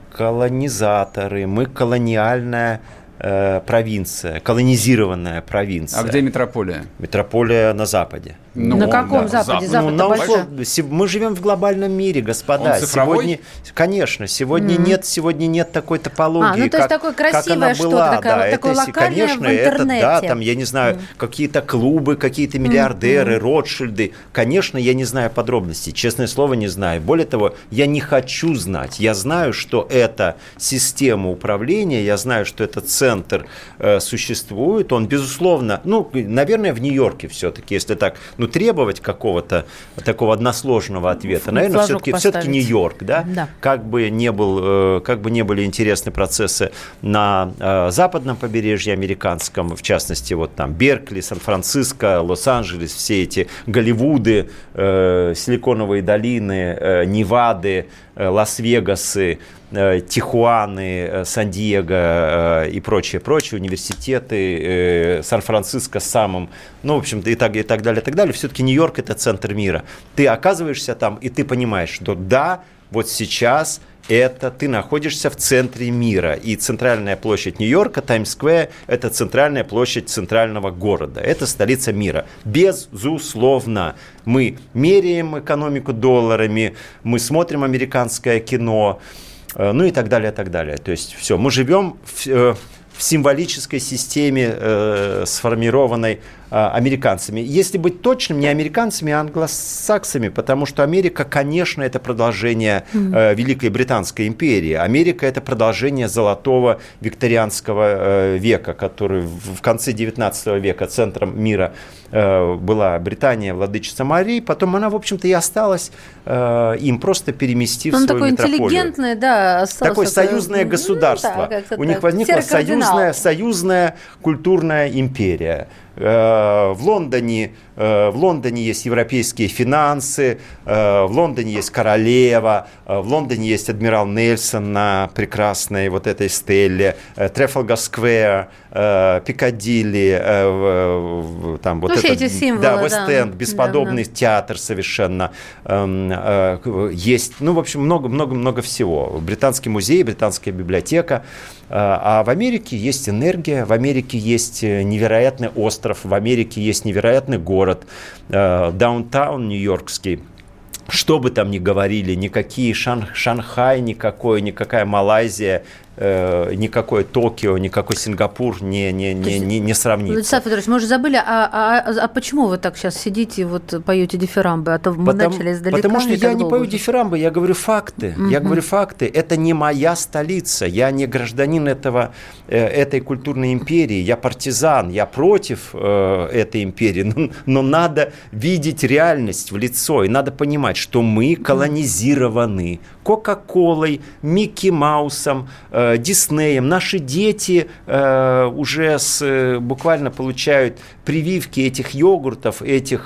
Speaker 4: Колонизаторы, мы колониальная э, провинция, колонизированная провинция.
Speaker 2: А где метрополия?
Speaker 4: Метрополия на Западе.
Speaker 2: Ну,
Speaker 3: на каком
Speaker 2: да,
Speaker 3: Западе?
Speaker 2: Запад.
Speaker 3: Запад-то
Speaker 4: Ну, на
Speaker 3: большой.
Speaker 4: услов- Мы живем в глобальном мире, господа.
Speaker 2: Он цифровой?
Speaker 4: Сегодня, конечно, сегодня
Speaker 3: Мгм.
Speaker 4: нет, сегодня нет такой топологии.
Speaker 3: А, ну, то есть
Speaker 4: как,
Speaker 3: такое
Speaker 4: как
Speaker 3: красивое
Speaker 4: она
Speaker 3: что-то,
Speaker 4: была.
Speaker 3: такое-
Speaker 4: Да,
Speaker 3: такое
Speaker 4: это,
Speaker 3: локальное
Speaker 4: конечно,
Speaker 3: в интернете.
Speaker 4: это, да, там, я не знаю, какие-то клубы, какие-то миллиардеры, Ротшильды. Конечно, я не знаю подробностей, честное слово, не знаю. Более того, я не хочу знать. Я знаю, что эта система управления, я знаю, что этот центр э, существует. Он, безусловно, ну, наверное, в Нью-Йорке все-таки, если так, ну, требовать какого-то такого односложного ответа. Наверное,
Speaker 3: Флажок
Speaker 4: все-таки, все-таки
Speaker 3: поставить.
Speaker 4: Нью-Йорк, да?
Speaker 3: Да.
Speaker 4: Как бы не был, э, как бы не были интересны процессы на э, западном побережье американском, в частности, вот там Беркли, Сан-Франциско, Лос-Анджелес, все эти Голливуды, э, Силиконовые долины, э, Невады, э, Лас-Вегасы, э, Тихуаны, э, Сан-Диего э, и прочие, прочие университеты, э, Сан-Франциско с самым, ну, в общем-то, и так, и так далее, и так далее. Все-таки Нью-Йорк – это центр мира. Ты оказываешься там, и ты понимаешь, что да, вот сейчас это ты находишься в центре мира. И центральная площадь Нью-Йорка, Таймс-сквер, это центральная площадь центрального города. Это столица мира. Безусловно. Мы меряем экономику долларами, мы смотрим американское кино, э, ну и так далее, и так далее. То есть все, мы живем в, э, в символической системе, э, сформированной э, американцами. Если быть точным, не американцами, а англосаксами, потому что Америка, конечно, это продолжение э, Великой Британской империи. Америка – это продолжение золотого викторианского э, века, который в, в конце девятнадцатого века центром мира э, была Британия, владычица Марии. Потом она, в общем-то, и осталась э, им, просто переместив
Speaker 3: Он
Speaker 4: свою
Speaker 3: такой
Speaker 4: метрополию.
Speaker 3: интеллигентный, да. остался
Speaker 4: Такое
Speaker 3: такой,
Speaker 4: союзное
Speaker 3: ну,
Speaker 4: государство.
Speaker 3: да, как-то
Speaker 4: У них
Speaker 3: так.
Speaker 4: возникла
Speaker 3: Серый кардинал.
Speaker 4: союзная, союзная культурная империя. Э, В Лондоне, э, в Лондоне есть европейские финансы, э, в Лондоне есть королева, э, в Лондоне есть адмирал Нельсон на прекрасной вот этой стеле, э, Трефалгар-сквер, э, Пикадилли, э, в- в- там вот
Speaker 3: Ну, все
Speaker 4: этот,
Speaker 3: эти символы,
Speaker 4: да,
Speaker 3: да.
Speaker 4: Вест-Энд, бесподобный
Speaker 3: Да,
Speaker 4: театр совершенно эм, э, есть, ну, в общем, много-много-много всего. Британский музей, британская библиотека. А в Америке есть энергия, в Америке есть невероятный остров, в Америке есть невероятный город, даунтаун нью-йоркский. что бы там ни говорили, никакие Шан, Шанхай, никакой, никакая Малайзия, э, никакой Токио, никакой Сингапур не, не, не, не, не сравнится.
Speaker 3: Владислав Федорович, мы уже забыли, а, а, а почему вы так сейчас сидите и вот поете дифирамбы? А то мы
Speaker 4: потому,
Speaker 3: начали издалека.
Speaker 4: Потому что я не пою
Speaker 3: уже.
Speaker 4: дифирамбы, я говорю факты. Uh-huh. Я говорю факты. Это не моя столица. Я не гражданин этого, э, этой культурной империи. Я партизан. Я против э, этой империи. Но, но надо видеть реальность в лицо. И надо понимать, что мы колонизированы Кока-Колой, Микки Маусом, э, Диснеем. Наши дети э, уже с, буквально получают прививки этих йогуртов, этих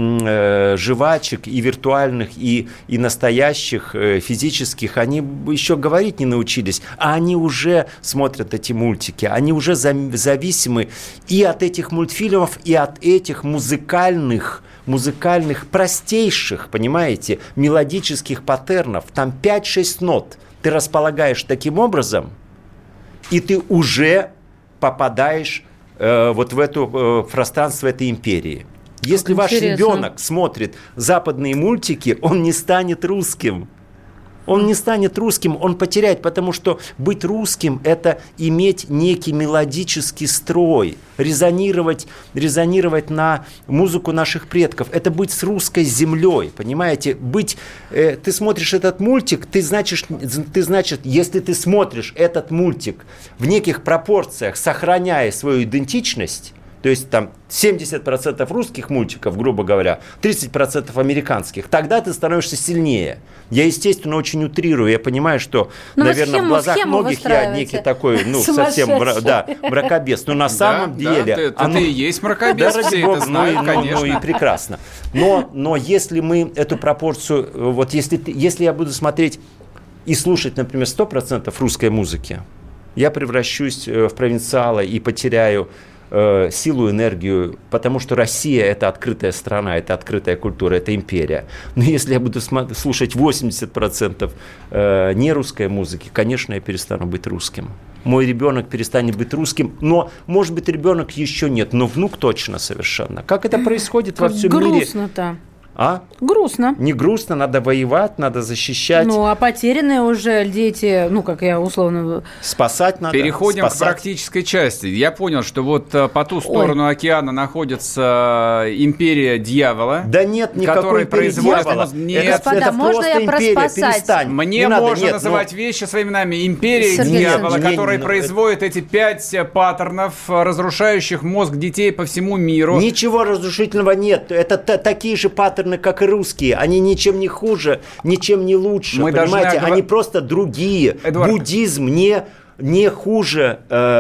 Speaker 4: э, жвачек и виртуальных, и, и настоящих, э, физических. Они еще говорить не научились, а они уже смотрят эти мультики. Они уже за, зависимы и от этих мультфильмов, и от этих музыкальных музыкальных, простейших, понимаете, мелодических паттернов. Там пять-шесть нот. Ты располагаешь таким образом, и ты уже попадаешь э, вот в это э, пространство этой империи. Если ваш ребенок смотрит западные мультики, он не станет русским. Он не станет русским, он потеряет, потому что быть русским – это иметь некий мелодический строй, резонировать, резонировать на музыку наших предков. Это быть с русской землей, понимаете? Быть, э, ты смотришь этот мультик, ты значит, ты, значит, если ты смотришь этот мультик в неких пропорциях, сохраняя свою идентичность, то есть там семьдесят процентов русских мультиков, грубо говоря, тридцать процентов американских, тогда ты становишься сильнее. Я, естественно, очень утрирую. Я понимаю, что,
Speaker 3: но
Speaker 4: наверное,
Speaker 3: схему,
Speaker 4: в глазах многих я некий такой, ну, совсем да, мракобес. Но на самом
Speaker 2: да,
Speaker 4: деле...
Speaker 2: Да, ты,
Speaker 4: оно...
Speaker 2: ты и есть мракобес,
Speaker 4: да,
Speaker 2: все
Speaker 4: Бог,
Speaker 2: это знают,
Speaker 4: ну,
Speaker 2: конечно.
Speaker 4: Ну, ну и прекрасно. Но, но если мы эту пропорцию... Вот если, если я буду смотреть и слушать, например, сто процентов русской музыки, я превращусь в провинциала и потеряю силу, энергию, потому что Россия – это открытая страна, это открытая культура, это империя. Но если я буду слушать восемьдесят процентов нерусской музыки, конечно, я перестану быть русским. Мой ребенок перестанет быть русским, но, может быть, ребенок еще нет, но внук точно совершенно. Как это происходит во всем мире?
Speaker 3: Грустно-то.
Speaker 4: А?
Speaker 3: Грустно.
Speaker 4: Не грустно, надо воевать, надо защищать.
Speaker 3: Ну, а потерянные уже дети, ну, как я условно...
Speaker 4: Спасать надо.
Speaker 2: Переходим
Speaker 4: спасать.
Speaker 2: к практической части. Я понял, что вот по ту сторону Ой. океана находится империя дьявола.
Speaker 4: Да нет никакой империи дьявола.
Speaker 2: Нет.
Speaker 3: Господа,
Speaker 4: это
Speaker 3: можно
Speaker 4: просто
Speaker 3: я про
Speaker 4: империя,
Speaker 3: спасать?
Speaker 4: перестань.
Speaker 2: Мне
Speaker 4: не
Speaker 2: можно
Speaker 4: надо, нет,
Speaker 2: называть
Speaker 4: ну...
Speaker 2: вещи своими именами. Империя
Speaker 3: Сергей
Speaker 2: дьявола,
Speaker 3: Александрович.
Speaker 2: которая
Speaker 4: не, не,
Speaker 2: производит эти пять паттернов, разрушающих мозг детей по всему миру.
Speaker 4: Ничего разрушительного нет. Это такие же паттерны, как и русские. Они ничем не хуже, ничем не лучше. Мы понимаете, должны... они просто другие. Эдуард. Буддизм не... не хуже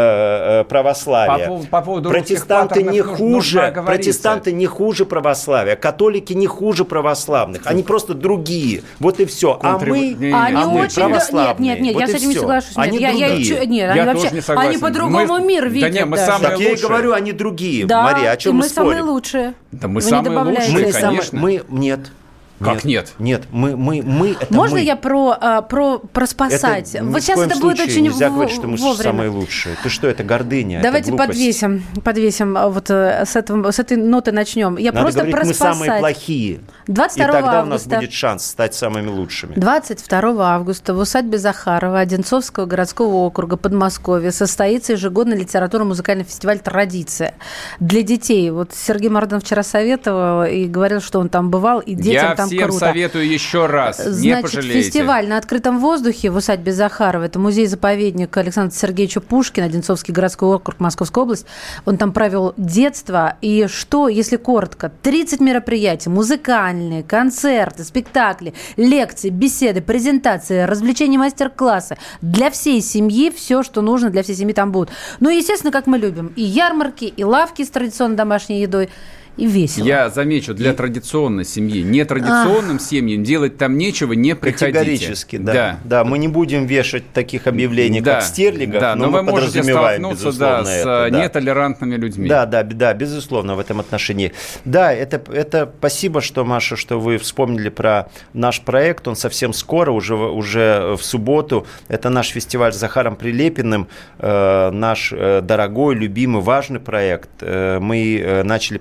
Speaker 4: э, православия.
Speaker 2: По, по поводу
Speaker 4: протестанты не хуже, протестанты не хуже православия, католики не хуже православных, они просто другие. Вот и все. А мы,
Speaker 3: они
Speaker 4: а мы
Speaker 3: очень
Speaker 4: православные.
Speaker 3: Нет, нет, нет,
Speaker 4: вот
Speaker 3: я с этим не соглашусь.
Speaker 4: Они
Speaker 3: нет,
Speaker 4: другие.
Speaker 3: Я, я, нет,
Speaker 2: я
Speaker 3: они
Speaker 2: тоже
Speaker 3: вообще,
Speaker 2: не согласен.
Speaker 3: Они по-другому
Speaker 2: мы,
Speaker 3: мир видят.
Speaker 2: Да нет, мы
Speaker 3: даже.
Speaker 2: самые
Speaker 4: так
Speaker 2: лучшие.
Speaker 4: я и говорю, они другие.
Speaker 3: Да,
Speaker 4: Мария, о чем
Speaker 3: и
Speaker 4: мы
Speaker 3: мы
Speaker 4: спорим?
Speaker 3: самые лучшие.
Speaker 2: Да мы
Speaker 3: Вы
Speaker 2: самые лучшие,
Speaker 4: мы
Speaker 2: конечно.
Speaker 4: самые, мы нет.
Speaker 2: Как нет?
Speaker 4: Нет, мы, мы, мы это
Speaker 3: Можно
Speaker 4: мы.
Speaker 3: я про, а, про, про спасать?
Speaker 4: Это,
Speaker 3: вот сейчас это будет очень
Speaker 4: нельзя
Speaker 3: в,
Speaker 4: говорить, что мы
Speaker 3: вовремя.
Speaker 4: самые лучшие. Ты что, это гордыня,
Speaker 3: Давайте
Speaker 4: это глупость.
Speaker 3: подвесим, подвесим вот с, этого, с этой ноты начнем. Я
Speaker 4: Надо
Speaker 3: просто
Speaker 4: говорить,
Speaker 3: про
Speaker 4: мы
Speaker 3: спасать.
Speaker 4: самые плохие.
Speaker 3: двадцать
Speaker 4: И
Speaker 3: второго
Speaker 4: тогда
Speaker 3: августа.
Speaker 4: у нас будет шанс стать самыми лучшими.
Speaker 3: двадцать второго августа в усадьбе Захарова Одинцовского городского округа Подмосковья состоится ежегодный литературно-музыкальный фестиваль «Традиция» для детей. Вот Сергей Мардан вчера советовал и говорил, что он там бывал, и детям
Speaker 2: Я
Speaker 3: там круто.
Speaker 2: Я всем советую еще раз.
Speaker 3: Значит,
Speaker 2: не пожалеете.
Speaker 3: Фестиваль на открытом воздухе в усадьбе Захарова. Это музей-заповедник Александра Сергеевича Пушкина, Одинцовский городской округ, Московская область. Он там провел детство. И что, если коротко, тридцать мероприятий, музыкальные, концерты, спектакли, лекции, беседы, презентации, развлечения, мастер-классы. Для всей семьи все, что нужно для всей семьи там будет. Ну и, естественно, как мы любим, и ярмарки, и лавки с традиционной домашней едой. И весело.
Speaker 2: Я замечу, для и... традиционной семьи, нетрадиционным а... семьям делать там нечего, не приходите.
Speaker 4: Категорически, да.
Speaker 2: да.
Speaker 4: Да, мы не будем вешать таких объявлений, да. как Стерлигов,
Speaker 2: да, но,
Speaker 4: но
Speaker 2: мы
Speaker 4: мы
Speaker 2: можете столкнуться да, с
Speaker 4: это, да.
Speaker 2: нетолерантными людьми.
Speaker 4: Да, да, да, безусловно, в этом отношении. Да, это, это спасибо, что, Маша, что вы вспомнили про наш проект. Он совсем скоро, уже, уже в субботу. Это наш фестиваль с Захаром Прилепиным, э, наш э, дорогой, любимый, важный проект. Э, мы э, начали проводить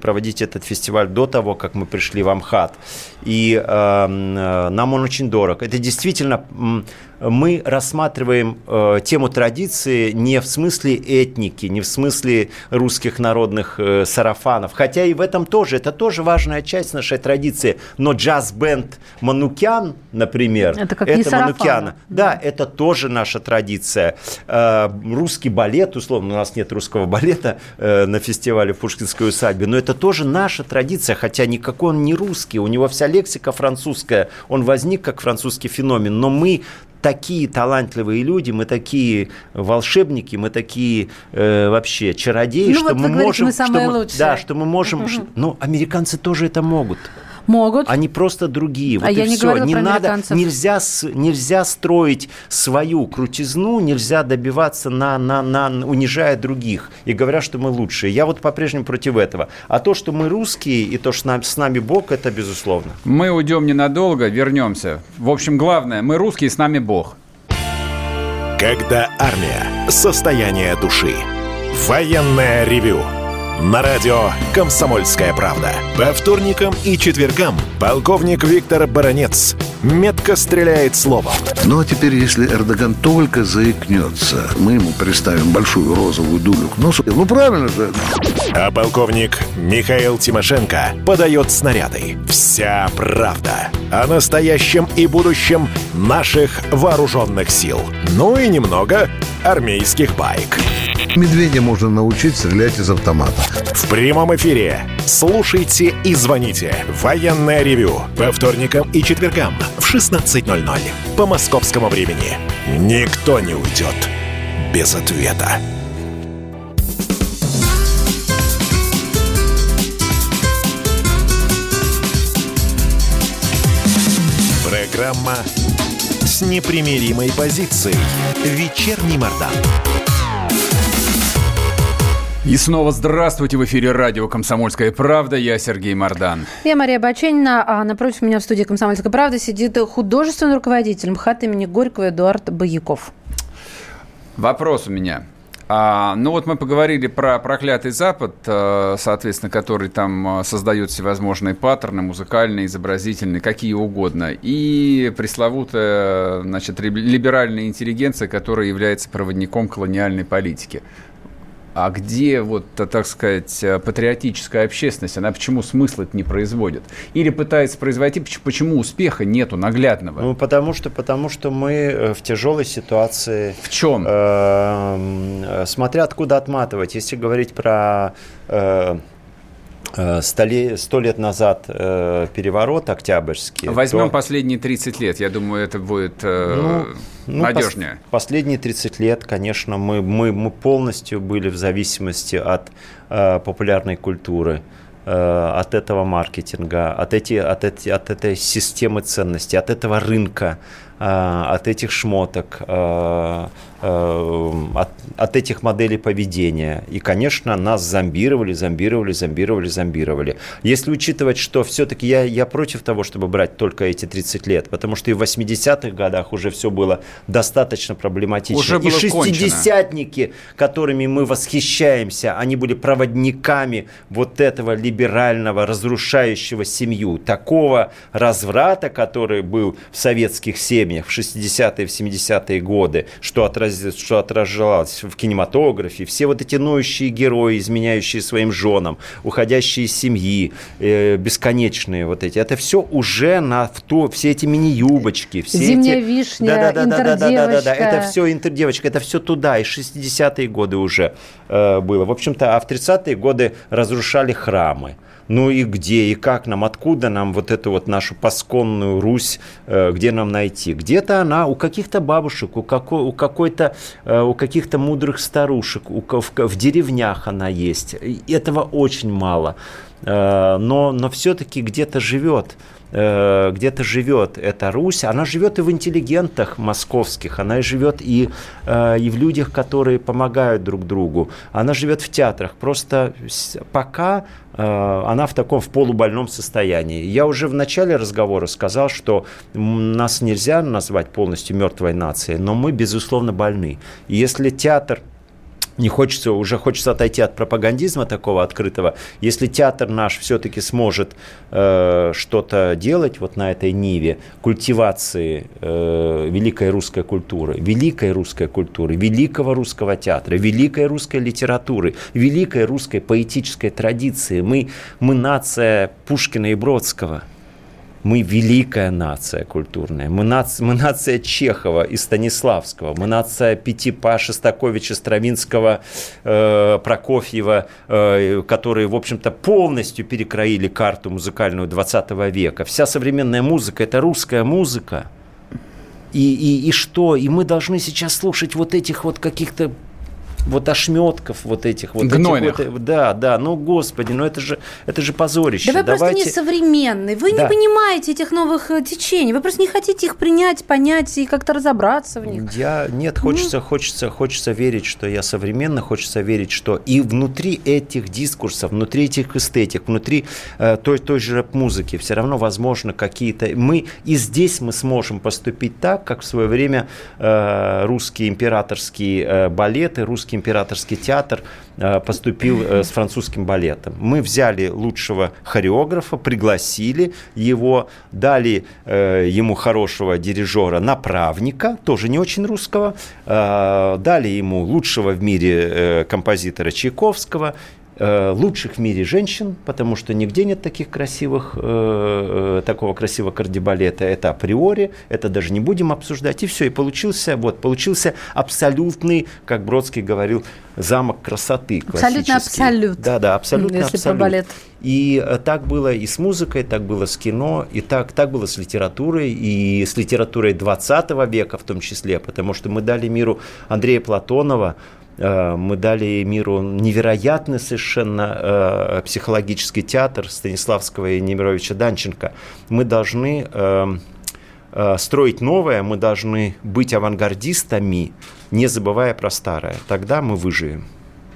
Speaker 4: этот фестиваль до того, как мы пришли в Амхат. И э, нам он очень дорог. Это действительно... Мы рассматриваем э, тему традиции не в смысле этники, не в смысле русских народных э, сарафанов. Хотя и в этом тоже. Это тоже важная часть нашей традиции. Но джаз-бенд «Манукян», например,
Speaker 3: это, как
Speaker 4: это Манукяна. Да, это тоже наша традиция. Э, русский балет, условно, у нас нет русского балета э, на фестивале в Пушкинской усадьбе, но это тоже наша традиция, хотя никакой он не русский. У него вся лексика французская. Он возник как французский феномен. Но мы... такие талантливые люди, мы такие волшебники, мы такие э, вообще чародеи,
Speaker 3: ну,
Speaker 4: что
Speaker 3: вот
Speaker 4: мы
Speaker 3: говорите,
Speaker 4: можем,
Speaker 3: мы
Speaker 4: что мы, да, что мы можем, uh-huh. что, ну, американцы тоже это могут.
Speaker 3: Могут.
Speaker 4: Они просто другие. Вот
Speaker 3: а
Speaker 4: и
Speaker 3: я не
Speaker 4: все.
Speaker 3: говорила
Speaker 4: Не
Speaker 3: про
Speaker 4: надо,
Speaker 3: американцев.
Speaker 4: нельзя, нельзя строить свою крутизну, нельзя добиваться, на, на, на, унижая других и говоря, что мы лучшие. Я вот по-прежнему против этого. А то, что мы русские и то, что с нами, с нами Бог, это безусловно.
Speaker 2: Мы уйдем ненадолго, вернемся. В общем, главное, мы русские, с нами Бог.
Speaker 1: Когда армия. Состояние души. Военное ревю. На радио «Комсомольская правда». По вторникам и четвергам полковник Виктор Баранец метко стреляет словом.
Speaker 6: Ну, а теперь, если Эрдоган только заикнется, мы ему приставим большую розовую дулю к носу. Ну, правильно же.
Speaker 1: А полковник Михаил Тимошенко подает снаряды. Вся правда о настоящем и будущем наших вооруженных сил. Ну и немного армейских баек.
Speaker 6: Медведя можно научить стрелять из автомата.
Speaker 1: В прямом эфире слушайте и звоните. Военное ревю по вторникам и четвергам в шестнадцать ноль ноль по московскому времени. Никто не уйдет без ответа. Программа с непримиримой позицией. Вечерний Мардан.
Speaker 2: И снова здравствуйте, в эфире радио «Комсомольская правда». Я Сергей Мардан.
Speaker 3: Я Мария Баченина, а напротив меня в студии «Комсомольская правда» сидит художественный руководитель МХАТ имени Горького Эдуард Бояков.
Speaker 2: Вопрос у меня. А, ну вот мы поговорили про проклятый Запад, соответственно, который там создает всевозможные паттерны, музыкальные, изобразительные, какие угодно. И пресловутая, значит, либеральная интеллигенция, которая является проводником колониальной политики. А где, вот, так сказать, патриотическая общественность, она почему смысл это не производит? Или пытается производить, почему успеха нету наглядного?
Speaker 4: Ну, потому что, потому что мы в тяжелой ситуации.
Speaker 2: В чем?
Speaker 4: Э, смотря откуда отматывать. Если говорить про... Э, Сто лет назад э, переворот октябрьский.
Speaker 2: Возьмем
Speaker 4: то...
Speaker 2: последние тридцать лет, я думаю, это будет э, ну, надежнее.
Speaker 4: Пос- последние тридцать лет, конечно, мы, мы, мы полностью были в зависимости от э, популярной культуры, э, от этого маркетинга, от, эти, от, эти, от этой системы ценностей, от этого рынка, э, от этих шмоток, э, От, от этих моделей поведения. И, конечно, нас зомбировали, зомбировали, зомбировали, зомбировали. Если учитывать, что все-таки я, я против того, чтобы брать только эти тридцать лет, потому что и в восьмидесятых годах уже все было достаточно проблематично.
Speaker 2: Уже было
Speaker 4: и шестидесятники, кончено. Которыми мы восхищаемся, они были проводниками вот этого либерального, разрушающего семью, такого разврата, который был в советских семьях в шестидесятые, в семидесятые годы, что отразилось что отражалось в кинематографе, все вот эти ноющие герои, изменяющие своим женам, уходящие из семьи, э, бесконечные вот эти, это все уже на в то, все эти мини-юбочки, все
Speaker 3: Зимняя
Speaker 4: эти...
Speaker 3: вишня,
Speaker 4: да, да, да, да, да, да, да, да, это все интердевочка, это все туда, и шестидесятые годы уже э, было. В общем-то, а в тридцатые годы разрушали храмы. Ну и где, и как нам, откуда нам вот эту вот нашу пасконную Русь, э, где нам найти? Где-то она у каких-то бабушек, у, какой, у, какой-то, э, у каких-то мудрых старушек, у, в, в деревнях она есть. И этого очень мало. Э, но, но все-таки где-то живет. где-то живет эта Русь, она живет и в интеллигентах московских, она живет и, и в людях, которые помогают друг другу, она живет в театрах, просто пока она в таком в полубольном состоянии. Я уже в начале разговора сказал, что нас нельзя назвать полностью мертвой нацией, но мы, безусловно, больны. И если театр не хочется, уже хочется отойти от пропагандизма такого открытого. Если театр наш все-таки сможет э, что-то делать вот на этой ниве культивации э, великой русской культуры, великой русской культуры, великого русского театра, великой русской литературы, великой русской поэтической традиции. Мы, мы нация Пушкина и Бродского. Мы великая нация культурная, мы нация, мы нация Чехова и Станиславского, мы нация Пятипа, Шостаковича, Стравинского, э, Прокофьева, э, которые, в общем-то, полностью перекроили карту музыкальную двадцатого века. Вся современная музыка – это русская музыка. И, и, и что? И мы должны сейчас слушать вот этих вот каких-то вот ошметков вот этих вот.
Speaker 2: Гнойных.
Speaker 4: Этих вот, да, да, ну, господи, ну это же, это же позорище.
Speaker 3: Да вы
Speaker 4: Давайте...
Speaker 3: просто не современный, вы да. не понимаете этих новых течений, вы просто не хотите их принять, понять и как-то разобраться в них.
Speaker 4: Я, нет, хочется, ну... хочется, хочется верить, что я современный, хочется верить, что и внутри этих дискурсов, внутри этих эстетик, внутри э, той, той же рэп-музыки все равно возможно какие-то... Мы, и здесь мы сможем поступить так, как в свое время э, русские императорские э, балеты, русский императорский театр поступил с французским балетом. Мы взяли лучшего хореографа, пригласили его, дали ему хорошего дирижера, направника, тоже не очень русского, дали ему лучшего в мире композитора Чайковского, лучших в мире женщин, потому что нигде нет таких красивых, такого красивого кардибалета. Это априори, это даже не будем обсуждать. И все, и получился, вот, получился абсолютный, как Бродский говорил, замок красоты.
Speaker 3: Абсолютно абсолют.
Speaker 4: Да, да, абсолютно
Speaker 3: если
Speaker 4: абсолют.
Speaker 3: Про балет.
Speaker 4: И так было и с музыкой, так было с кино, и так, так было с литературой, и с литературой двадцатого века в том числе, потому что мы дали миру Андрея Платонова, мы дали миру невероятный совершенно э, психологический театр Станиславского и Немировича Данченко. Мы должны э, э, строить новое, мы должны быть авангардистами, не забывая про старое. Тогда мы выживем.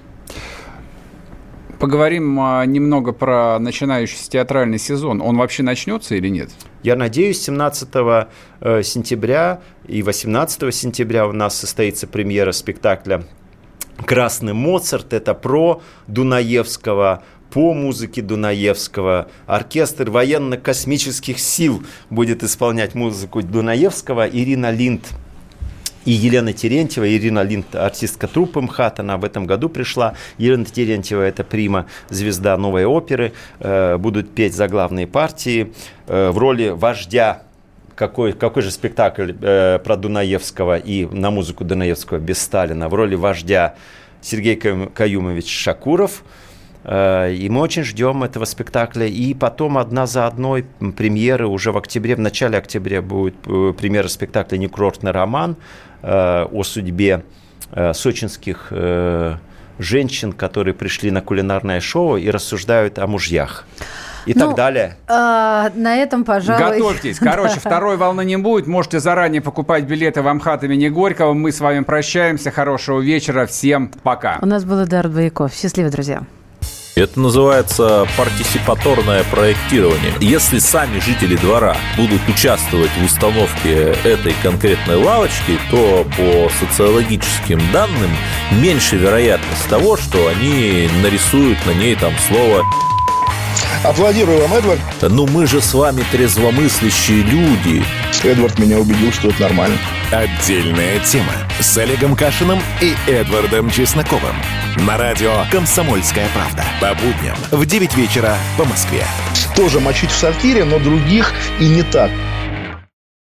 Speaker 2: Поговорим а, немного про начинающийся театральный сезон. Он вообще начнется или нет?
Speaker 4: Я надеюсь, семнадцатого сентября и восемнадцатого сентября у нас состоится премьера спектакля «Красный Моцарт». Это про Дунаевского, по музыке Дунаевского. Оркестр военно-космических сил будет исполнять музыку Дунаевского. Ирина Линд и Елена Терентьева. Ирина Линд – артистка труппы МХАТ, она в этом году пришла. Елена Терентьева – это прима, звезда новой оперы. Будут петь заглавные партии в роли вождя. Какой, какой же спектакль э, про Дунаевского и на музыку Дунаевского без Сталина в роли вождя Сергей Каюмович Шакуров. Э, и мы очень ждем этого спектакля. И потом одна за одной премьеры уже в октябре, в начале октября будет премьера спектакля «Некурортный роман» э, о судьбе э, сочинских э, женщин, которые пришли на кулинарное шоу и рассуждают о мужьях. И ну, так далее.
Speaker 3: Э, на этом, пожалуй...
Speaker 2: Готовьтесь. Короче, да. Второй волны не будет. Можете заранее покупать билеты в МХАТ имени Горького. Мы с вами прощаемся. Хорошего вечера. Всем пока.
Speaker 3: У нас был Эдуард Бояков. Счастливо, друзья.
Speaker 7: Это называется партисипаторное проектирование. Если сами жители двора будут участвовать в установке этой конкретной лавочки, то по социологическим данным меньше вероятность того, что они нарисуют на ней там слово...
Speaker 8: Аплодирую вам, Эдвард.
Speaker 7: Ну мы же с вами трезвомыслящие люди.
Speaker 8: Эдвард меня убедил, что это нормально.
Speaker 1: Отдельная тема с Олегом Кашиным и Эдвардом Чесноковым. На радио «Комсомольская правда». По будням в девять вечера по Москве.
Speaker 8: Тоже мочить в сортире, но других и не так.